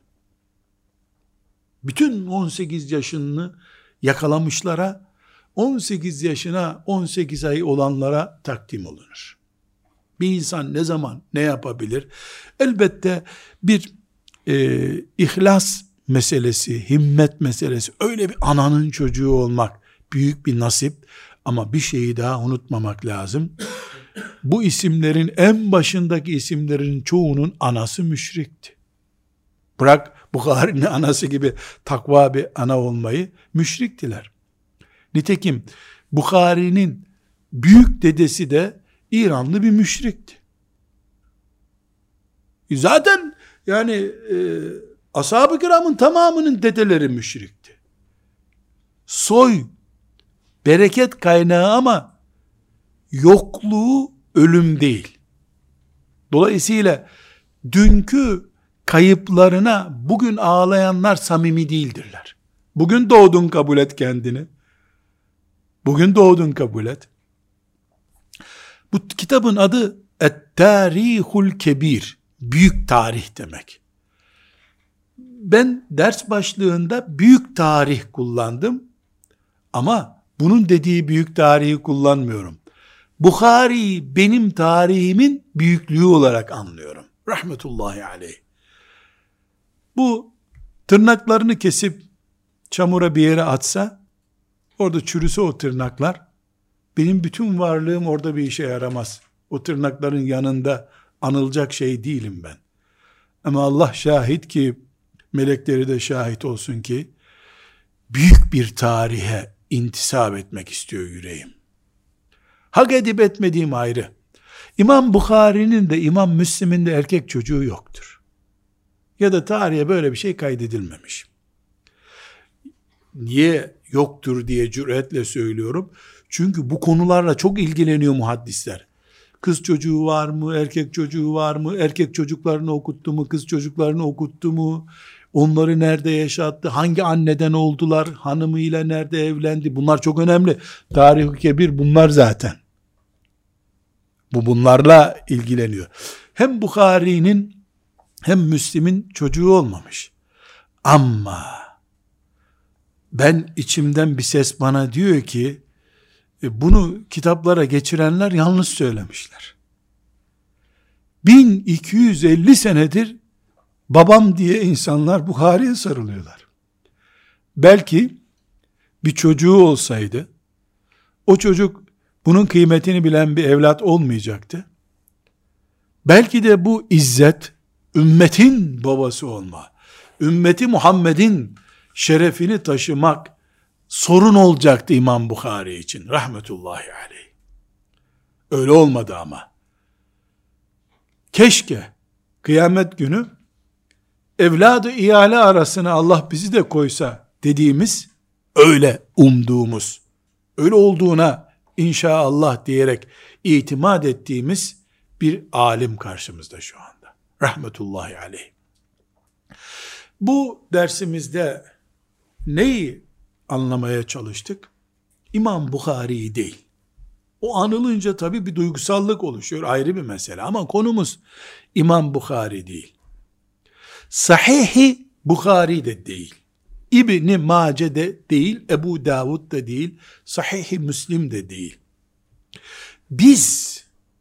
Bütün 18 yaşını yakalamışlara, 18 yaşına 18 ay olanlara takdim olunur. Bir insan ne zaman ne yapabilir? Elbette bir ihlas meselesi, himmet meselesi, öyle bir ananın çocuğu olmak büyük bir nasip, ama bir şeyi daha unutmamak lazım. Bu isimlerin en başındaki isimlerin çoğunun anası müşrikti. Bırak Bukhari'nin anası gibi takva bir ana olmayı, müşriktiler. Nitekim Bukhari'nin büyük dedesi de İranlı bir müşrikti. Zaten yani ashab-ı kiramın tamamının dedeleri müşrikti. Soy bereket kaynağı ama yokluğu ölüm değil. Dolayısıyla dünkü kayıplarına bugün ağlayanlar samimi değildirler. Bugün doğdun, kabul et kendini. Bugün doğdun, kabul et. Bu kitabın adı Et-Tarihul Kebir. Büyük tarih demek. Ben ders başlığında büyük tarih kullandım. Ama bunun dediği büyük tarihi kullanmıyorum. Bukhari benim tarihimin büyüklüğü olarak anlıyorum. Rahmetullahi aleyh. Bu tırnaklarını kesip çamura bir yere atsa, orada çürüse o tırnaklar, benim bütün varlığım orada bir işe yaramaz. O tırnakların yanında anılacak şey değilim ben. Ama Allah şahit ki, melekleri de şahit olsun ki, büyük bir tarihe intisap etmek istiyor yüreğim. Hak edip etmediğim ayrı. İmam Bukhari'nin de İmam Müslim'in de erkek çocuğu yoktur. Ya da tarihe böyle bir şey kaydedilmemiş. Niye yoktur diye cüretle söylüyorum. Çünkü bu konularla çok ilgileniyor muhaddisler. Kız çocuğu var mı? Erkek çocuğu var mı? Erkek çocuklarını okuttu mu? Kız çocuklarını okuttu mu? Onları nerede yaşattı? Hangi anneden oldular? Hanımıyla nerede evlendi? Bunlar çok önemli. Tarih-i Kebir bunlar zaten. Bunlarla ilgileniyor. Hem Bukhari'nin hem Müslim'in çocuğu olmamış. Ama ben içimden bir ses bana diyor ki bunu kitaplara geçirenler yanlış söylemişler. 1250 senedir babam diye insanlar Bukhari'ye sarılıyorlar. Belki bir çocuğu olsaydı, o çocuk bunun kıymetini bilen bir evlat olmayacaktı. Belki de bu izzet, ümmetin babası olma, ümmeti Muhammed'in şerefini taşımak sorun olacaktı İmam Bukhari için. Rahmetullahi aleyh. Öyle olmadı ama. Keşke kıyamet günü evladı iyale arasına Allah bizi de koysa dediğimiz, öyle umduğumuz, öyle olduğuna inşallah diyerek itimat ettiğimiz bir alim karşımızda şu anda. Rahmetullahi aleyh. Bu dersimizde neyi anlamaya çalıştık? İmam Bukhari'yi değil. O anılınca tabii bir duygusallık oluşuyor, ayrı bir mesele, ama konumuz İmam Bukhari değil. Sahih-i Bukhari de değil. İbn-i Mace de değil, Ebu Davud da değil, Sahih-i Müslim de değil. Biz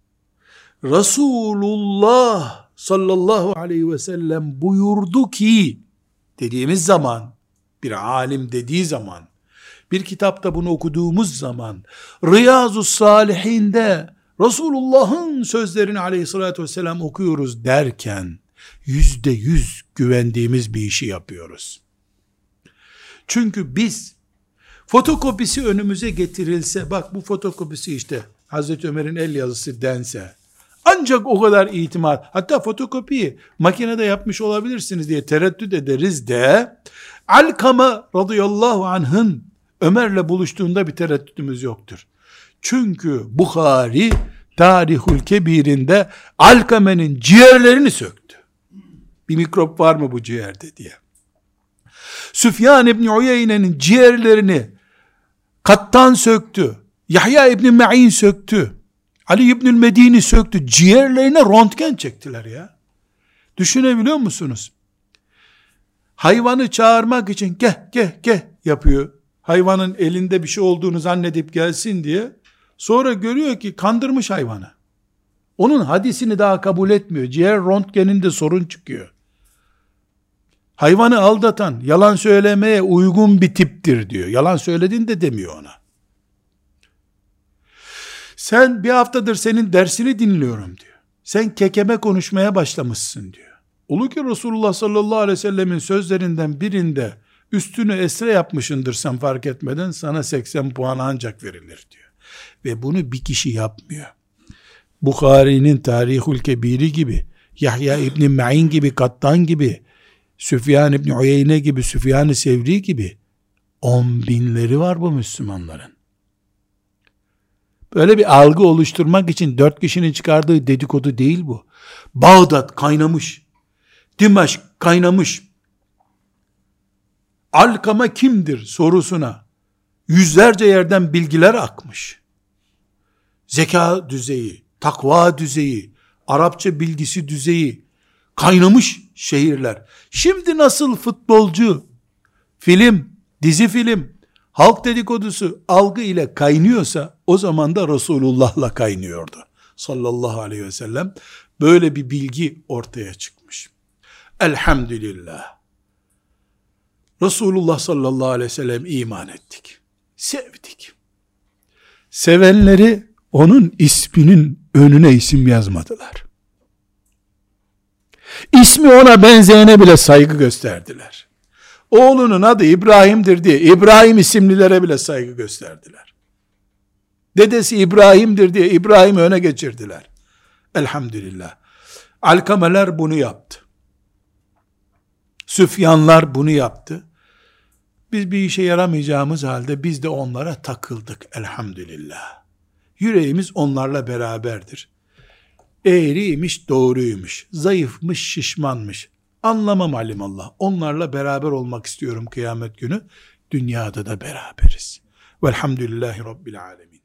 Resulullah sallallahu aleyhi ve sellem buyurdu ki dediğimiz zaman, bir alim dediği zaman, bir kitapta bunu okuduğumuz zaman, Riyazu Salihin'de Resulullah'ın sözlerini aleyhissalatü vesselam okuyoruz derken, %100 güvendiğimiz bir işi yapıyoruz. Çünkü biz, fotokopisi önümüze getirilse, bak bu fotokopisi işte, Hazreti Ömer'in el yazısı dense, ancak o kadar itimat, hatta fotokopiyi makinede yapmış olabilirsiniz diye tereddüt ederiz de, Alkama radıyallahu anh'ın Ömer'le buluştuğunda bir tereddütümüz yoktur. Çünkü Bukhari Tarihul Kebir'inde Alkame'nin ciğerlerini söktü. Bir mikrop var mı bu ciğerde diye. Süfyan İbni Uyeyne'nin ciğerlerini Kattan söktü. Yahya İbni Ma'in söktü. Ali İbnül Medini söktü. Ciğerlerine röntgen çektiler ya. Düşünebiliyor musunuz? Hayvanı çağırmak için geh yapıyor. Hayvanın elinde bir şey olduğunu zannedip gelsin diye. Sonra görüyor ki kandırmış hayvanı. Onun hadisini daha kabul etmiyor. Ciğer röntgeninde sorun çıkıyor. Hayvanı aldatan, yalan söylemeye uygun bir tiptir diyor. Yalan söyledin de demiyor ona. Sen bir haftadır senin dersini dinliyorum diyor. Sen kekeme konuşmaya başlamışsın diyor. Olur ki Resulullah sallallahu aleyhi ve sellemin sözlerinden birinde üstünü esre yapmışındır sen fark etmeden, sana 80 puan ancak verilir diyor. Ve bunu bir kişi yapmıyor. Bukhari'nin Tarihul Kebiri gibi Yahya İbni Ma'in gibi, Kattan gibi, Süfyan İbni Uyeyne gibi, Süfyan-ı Sevri gibi 10 binleri var bu Müslümanların. Böyle bir algı oluşturmak için 4 kişinin çıkardığı dedikodu değil bu. Bağdat kaynamış. Dimaşk kaynamış. Alkama kimdir sorusuna yüzlerce yerden bilgiler akmış. Zeka düzeyi, takva düzeyi, Arapça bilgisi düzeyi kaynamış şehirler. Şimdi nasıl futbolcu, film, dizi film, halk dedikodusu algı ile kaynıyorsa o zaman da Resulullah'la kaynıyordu. Sallallahu aleyhi ve sellem böyle bir bilgi ortaya çıkmış. Elhamdülillah. Resulullah sallallahu aleyhi ve sellem iman ettik. Sevdik. Sevenleri onun isminin önüne isim yazmadılar. İsmi ona benzeyene bile saygı gösterdiler. Oğlunun adı İbrahim'dir diye İbrahim isimlilere bile saygı gösterdiler. Dedesi İbrahim'dir diye İbrahim'i öne geçirdiler. Elhamdülillah. Alkameler bunu yaptı. Süfyanlar bunu yaptı. Biz bir işe yaramayacağımız halde biz de onlara takıldık elhamdülillah. Yüreğimiz onlarla beraberdir. Eğriymiş, doğruymuş, zayıfmış, şişmanmış. Anlamam alimallah. Onlarla beraber olmak istiyorum kıyamet günü. Dünyada da beraberiz. Velhamdülillahi Rabbil alemin.